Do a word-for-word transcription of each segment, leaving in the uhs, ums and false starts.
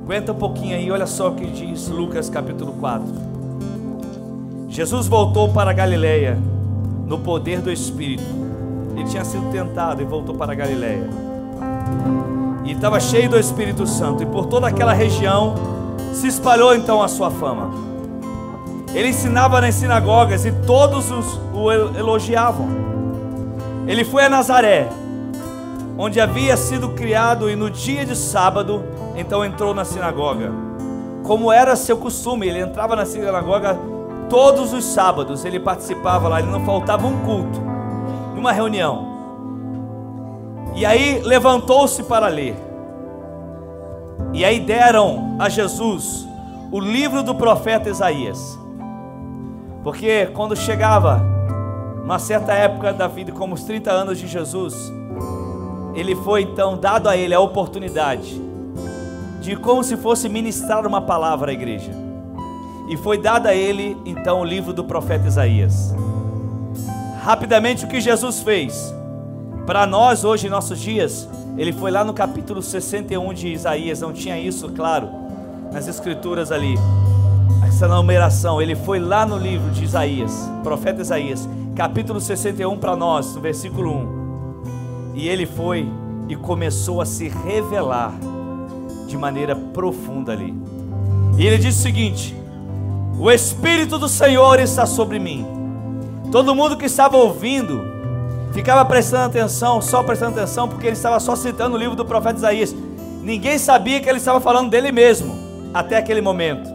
Aguenta um pouquinho aí, olha só o que diz Lucas capítulo quatro. Jesus voltou para a Galileia no poder do Espírito. Ele tinha sido tentado e voltou para a Galileia. E estava cheio do Espírito Santo. E por toda aquela região se espalhou então a sua fama. Ele ensinava nas sinagogas e todos os, o elogiavam. Ele foi a Nazaré, onde havia sido criado, e no dia de sábado, então entrou na sinagoga. Como era seu costume, ele entrava na sinagoga todos os sábados, ele participava lá, ele não faltava um culto, numa reunião. E aí levantou-se para ler. E aí deram a Jesus o livro do profeta Isaías. Porque quando chegava uma certa época da vida, como os trinta anos de Jesus, ele foi então dado a ele a oportunidade de, como se fosse, ministrar uma palavra à igreja. E foi dado a ele então o livro do profeta Isaías. Rapidamente o que Jesus fez para nós hoje em nossos dias, ele foi lá no capítulo sessenta e um de Isaías. Não tinha isso, claro, nas escrituras ali, essa numeração. Ele foi lá no livro de Isaías, profeta Isaías, capítulo sessenta e um, para nós, no versículo um. E ele foi e começou a se revelar de maneira profunda ali. E ele disse o seguinte: o Espírito do Senhor está sobre mim. Todo mundo que estava ouvindo ficava prestando atenção, só prestando atenção, porque ele estava só citando o livro do profeta Isaías. Ninguém sabia que ele estava falando dele mesmo, até aquele momento.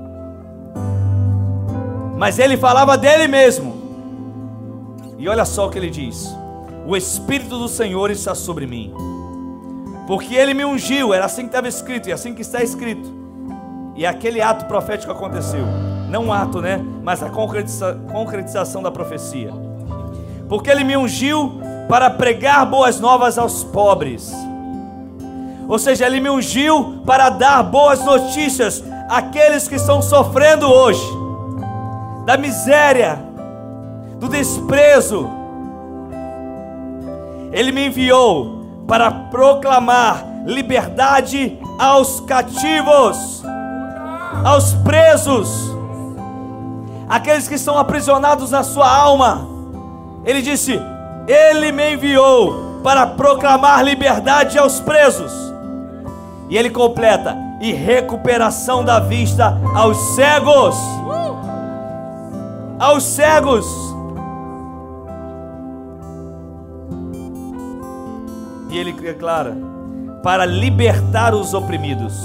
Mas ele falava dele mesmo. E olha só o que ele diz: o Espírito do Senhor está sobre mim, porque ele me ungiu. Era assim que estava escrito, e assim que está escrito. E aquele ato profético aconteceu. Não um ato, né? Mas a concretiza- concretização da profecia. Porque ele me ungiu para pregar boas novas aos pobres. Ou seja, ele me ungiu para dar boas notícias àqueles que estão sofrendo hoje da miséria, do desprezo. Ele me enviou para proclamar liberdade aos cativos, aos presos, aqueles que estão aprisionados na sua alma. Ele disse: ele me enviou para proclamar liberdade aos presos. E ele completa: e recuperação da vista aos cegos. Aos cegos. E ele declara: para libertar os oprimidos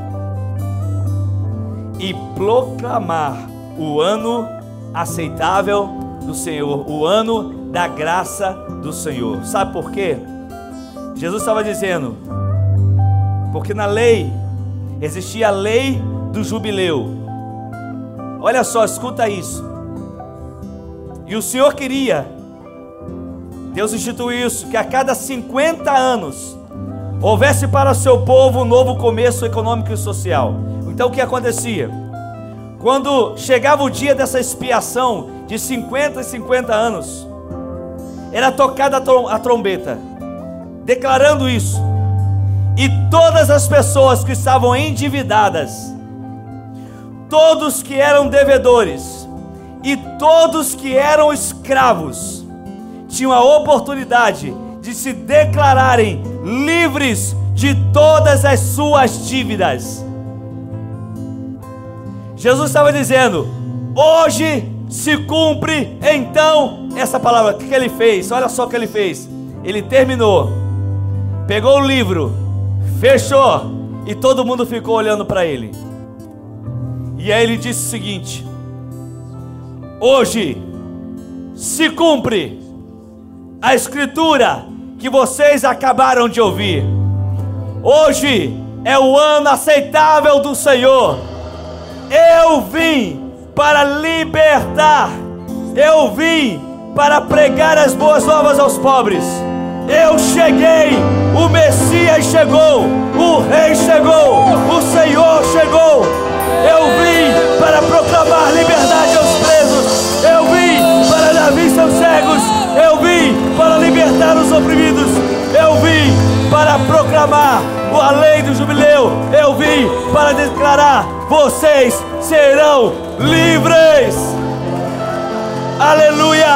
e proclamar o ano aceitável do Senhor, o ano da graça do Senhor. Sabe por quê? Jesus estava dizendo, porque na lei existia a lei do jubileu. Olha só, escuta isso. E o Senhor queria, Deus instituiu isso, que a cada cinquenta anos houvesse para o seu povo um novo começo econômico e social. Então o que acontecia? Quando chegava o dia dessa expiação de cinquenta e cinquenta anos, era tocada a trombeta, declarando isso. E todas as pessoas que estavam endividadas, todos que eram devedores e todos que eram escravos, tinham a oportunidade de se declararem livres de todas as suas dívidas. Jesus estava dizendo: hoje se cumpre então essa palavra. O que ele fez? Olha só o que ele fez. Ele terminou, pegou o livro, fechou, e todo mundo ficou olhando para ele. E aí ele disse o seguinte: hoje se cumpre a escritura que vocês acabaram de ouvir. Hoje é o ano aceitável do Senhor. Eu vim para libertar, eu vim para pregar as boas novas aos pobres. Eu cheguei, o Messias chegou, o Rei chegou, o Senhor chegou. Eu vim para proclamar liberdade aos presos, eu vim para dar vista aos cegos, eu vim para libertar os oprimidos, eu vim para proclamar a lei do jubileu. Eu vim para declarar: vocês serão livres. Aleluia!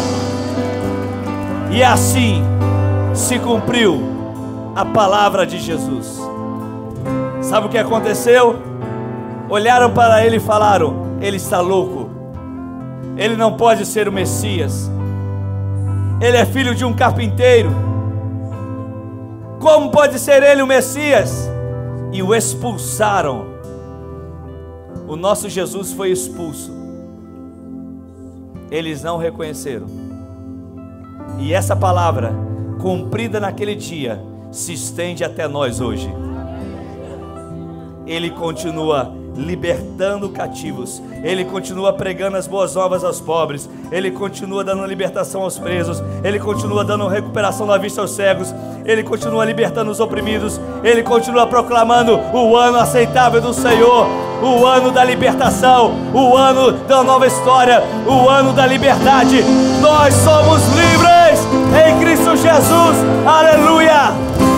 E assim se cumpriu a palavra de Jesus. Sabe o que aconteceu? Olharam para ele e falaram: ele está louco, ele não pode ser o Messias, ele é filho de um carpinteiro, como pode ser ele o Messias? E o expulsaram. O nosso Jesus foi expulso. Eles não reconheceram. E essa palavra, cumprida naquele dia, se estende até nós hoje. Ele continua libertando cativos, ele continua pregando as boas novas aos pobres, ele continua dando libertação aos presos, ele continua dando recuperação da vista aos cegos, ele continua libertando os oprimidos, ele continua proclamando o ano aceitável do Senhor, o ano da libertação, o ano da nova história, o ano da liberdade. Nós somos livres em Cristo Jesus. Aleluia!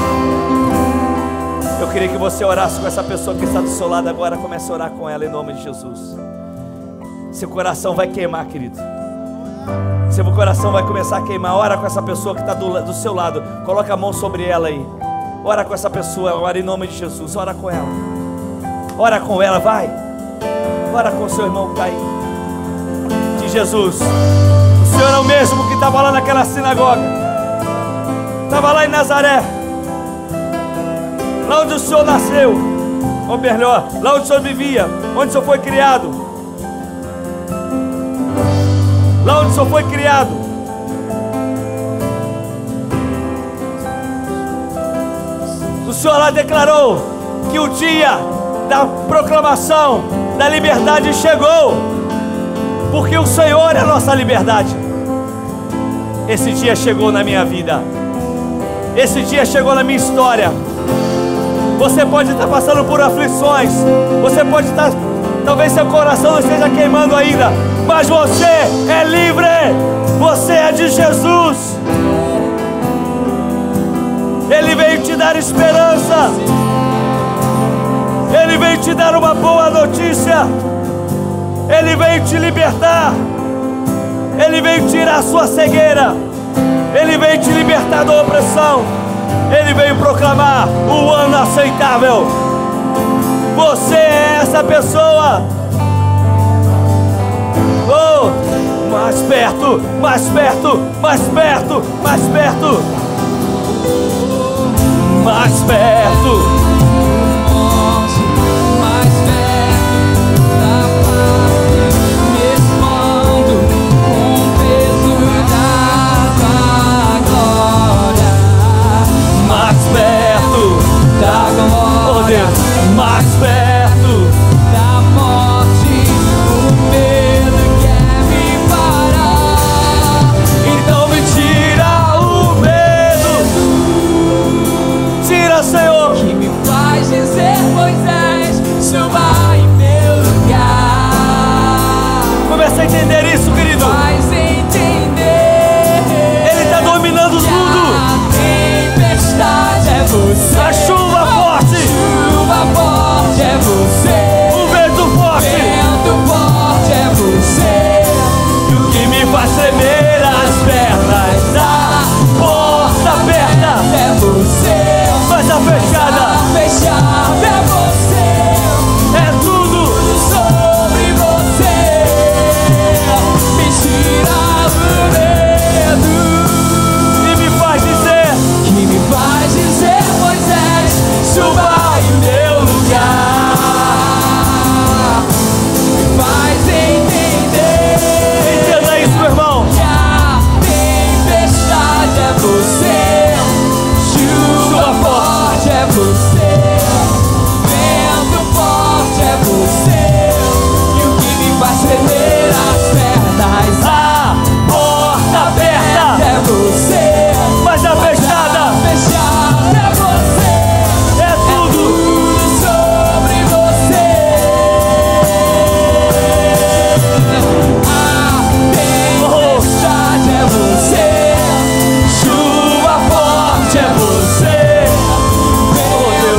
Eu queria que você orasse com essa pessoa que está do seu lado agora. Comece a orar com ela em nome de Jesus. Seu coração vai queimar, querido. Seu coração vai começar a queimar. Ora com essa pessoa que está do, do seu lado. Coloca a mão sobre ela aí. Ora com essa pessoa, ora em nome de Jesus. Ora com ela. Ora com ela, vai. Ora com o seu irmão que está aí. De Jesus. O Senhor é o mesmo que estava lá naquela sinagoga. Estava lá em Nazaré. Lá onde o Senhor nasceu, ou melhor, lá onde o Senhor vivia, onde o Senhor foi criado. Lá onde o Senhor foi criado. O Senhor lá declarou que o dia da proclamação da liberdade chegou, porque o Senhor é a nossa liberdade. Esse dia chegou na minha vida. Esse dia chegou na minha história. Você pode estar passando por aflições, você pode estar, talvez seu coração não esteja queimando ainda, mas você é livre, você é de Jesus. Ele veio te dar esperança, Ele veio te dar uma boa notícia, Ele veio te libertar, Ele veio tirar a sua cegueira, Ele veio te libertar da opressão. Ele veio proclamar o ano aceitável. Você é essa pessoa. Oh, mais perto, mais perto, mais perto, mais perto, mais perto. Mais perto da morte, o medo quer me parar. Então me tira o medo. Tira, Senhor. Que me faz dizer: Moisés, suba em meu lugar. Comece a entender isso, querido. Faz entender. Ele está dominando tudo. A tempestade é você. A chuva forte. Chuva forte é você. O vento forte. Vento forte é você. E o que me faz tremer as pernas. A porta aberta É você. mas a fechada. A fechada é você. É tudo Sobre você. Me tira o medo. e me faz dizer: Que me faz dizer: Moisés, suba em meu lugar. Me faz entender entenda isso, meu irmão. que a tempestade é você. Chuva forte é você. Vento forte é você. E o que me faz tremer as pernas. A porta aberta É você. mas a fechada. Fechada é você. É tudo. Tudo sobre você. A tempestade é você. Chuva forte é você. Oh, Deus.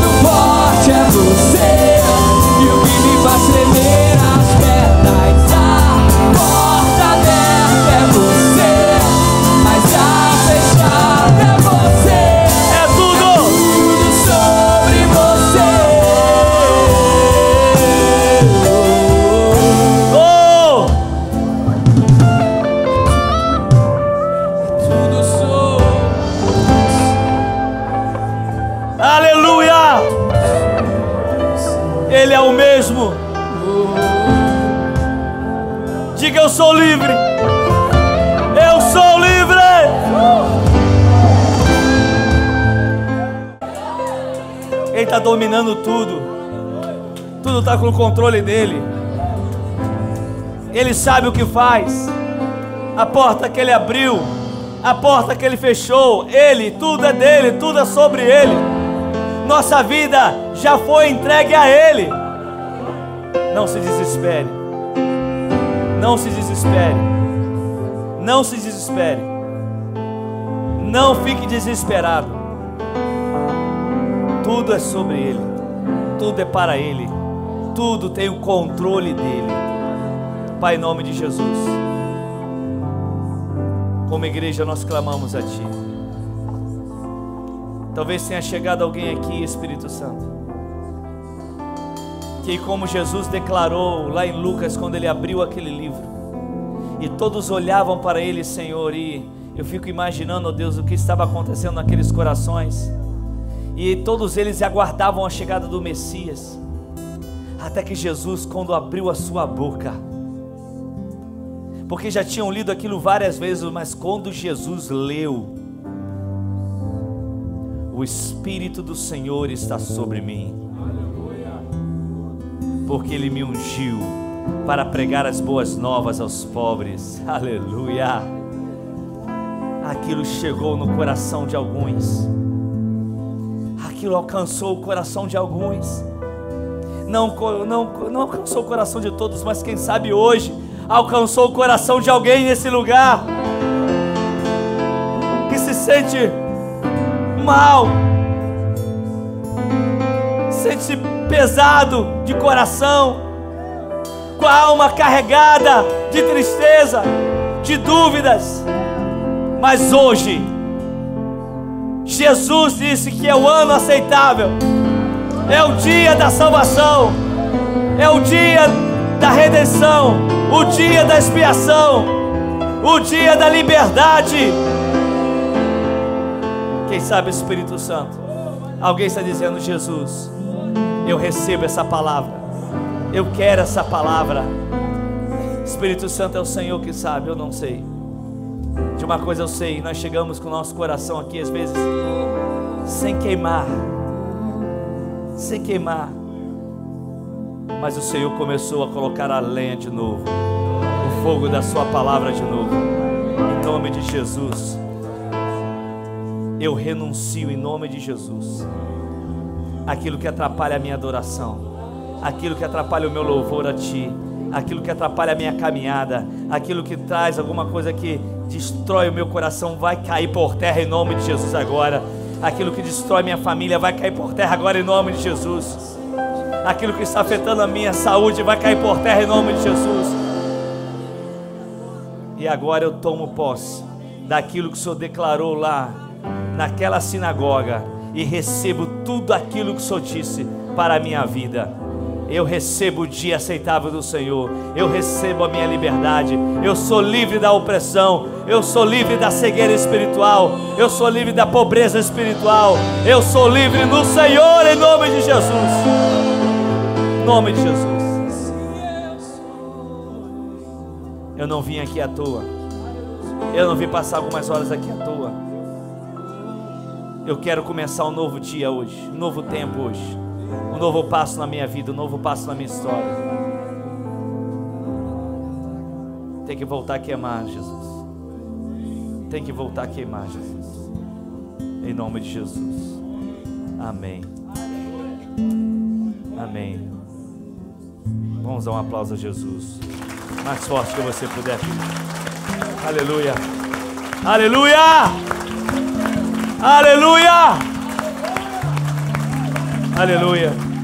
Aleluia! Ele é o mesmo. Diga: eu sou livre. Eu sou livre. Ele está dominando tudo. Tudo está com o controle dele. Ele sabe o que faz. A porta que ele abriu, a porta que ele fechou, ele, tudo é dele, tudo é sobre ele. Nossa vida já foi entregue a ele. Não se desespere. Não se desespere. Não se desespere. Não fique desesperado. Tudo é sobre ele. Tudo é para ele. Tudo tem o controle dele. Pai, em nome de Jesus, como igreja nós clamamos a Ti. Talvez tenha chegado alguém aqui, Espírito Santo, que como Jesus declarou lá em Lucas, quando ele abriu aquele livro, e todos olhavam para ele, Senhor, e eu fico imaginando, ó Deus, o que estava acontecendo naqueles corações, e todos eles aguardavam a chegada do Messias, até que Jesus, quando abriu a sua boca, porque já tinham lido aquilo várias vezes, mas quando Jesus leu: o Espírito do Senhor está sobre mim, porque Ele me ungiu para pregar as boas novas aos pobres. Aleluia! Aquilo chegou no coração de alguns, aquilo alcançou o coração de alguns, não, não, não alcançou o coração de todos, mas quem sabe hoje alcançou o coração de alguém nesse lugar, que se sente mal, sente-se pesado de coração, com a alma carregada de tristeza, de dúvidas. Mas hoje Jesus disse que é o ano aceitável, é o dia da salvação, é o dia da redenção, o dia da expiação, o dia da liberdade. Quem sabe, Espírito Santo, alguém está dizendo: Jesus, eu recebo essa palavra, eu quero essa palavra. Espírito Santo, é o Senhor que sabe, eu não sei. De uma coisa eu sei, nós chegamos com o nosso coração aqui às vezes sem queimar, sem queimar, mas o Senhor começou a colocar a lenha de novo, o fogo da sua palavra de novo. Em nome de Jesus, eu renuncio, em nome de Jesus, aquilo que atrapalha a minha adoração, aquilo que atrapalha o meu louvor a Ti, aquilo que atrapalha a minha caminhada, aquilo que traz alguma coisa que destrói o meu coração, vai cair por terra em nome de Jesus agora. Aquilo que destrói minha família vai cair por terra agora em nome de Jesus. Aquilo que está afetando a minha saúde vai cair por terra em nome de Jesus. E agora eu tomo posse daquilo que o Senhor declarou lá naquela sinagoga e recebo tudo aquilo que o Senhor disse para a minha vida. Eu recebo o dia aceitável do Senhor, eu recebo a minha liberdade, eu sou livre da opressão, eu sou livre da cegueira espiritual, eu sou livre da pobreza espiritual, eu sou livre no Senhor, em nome de Jesus. Em nome de Jesus. Eu não vim aqui à toa, eu não vim passar algumas horas aqui à toa. Eu quero começar um novo dia hoje, um novo tempo hoje, um novo passo na minha vida, um novo passo na minha história. Tem que voltar a queimar, Jesus. Tem que voltar a queimar, Jesus. Em nome de Jesus. Amém. Amém. Vamos dar um aplauso a Jesus. Mais forte que você puder. Aleluia. Aleluia. Aleluia. Aleluia.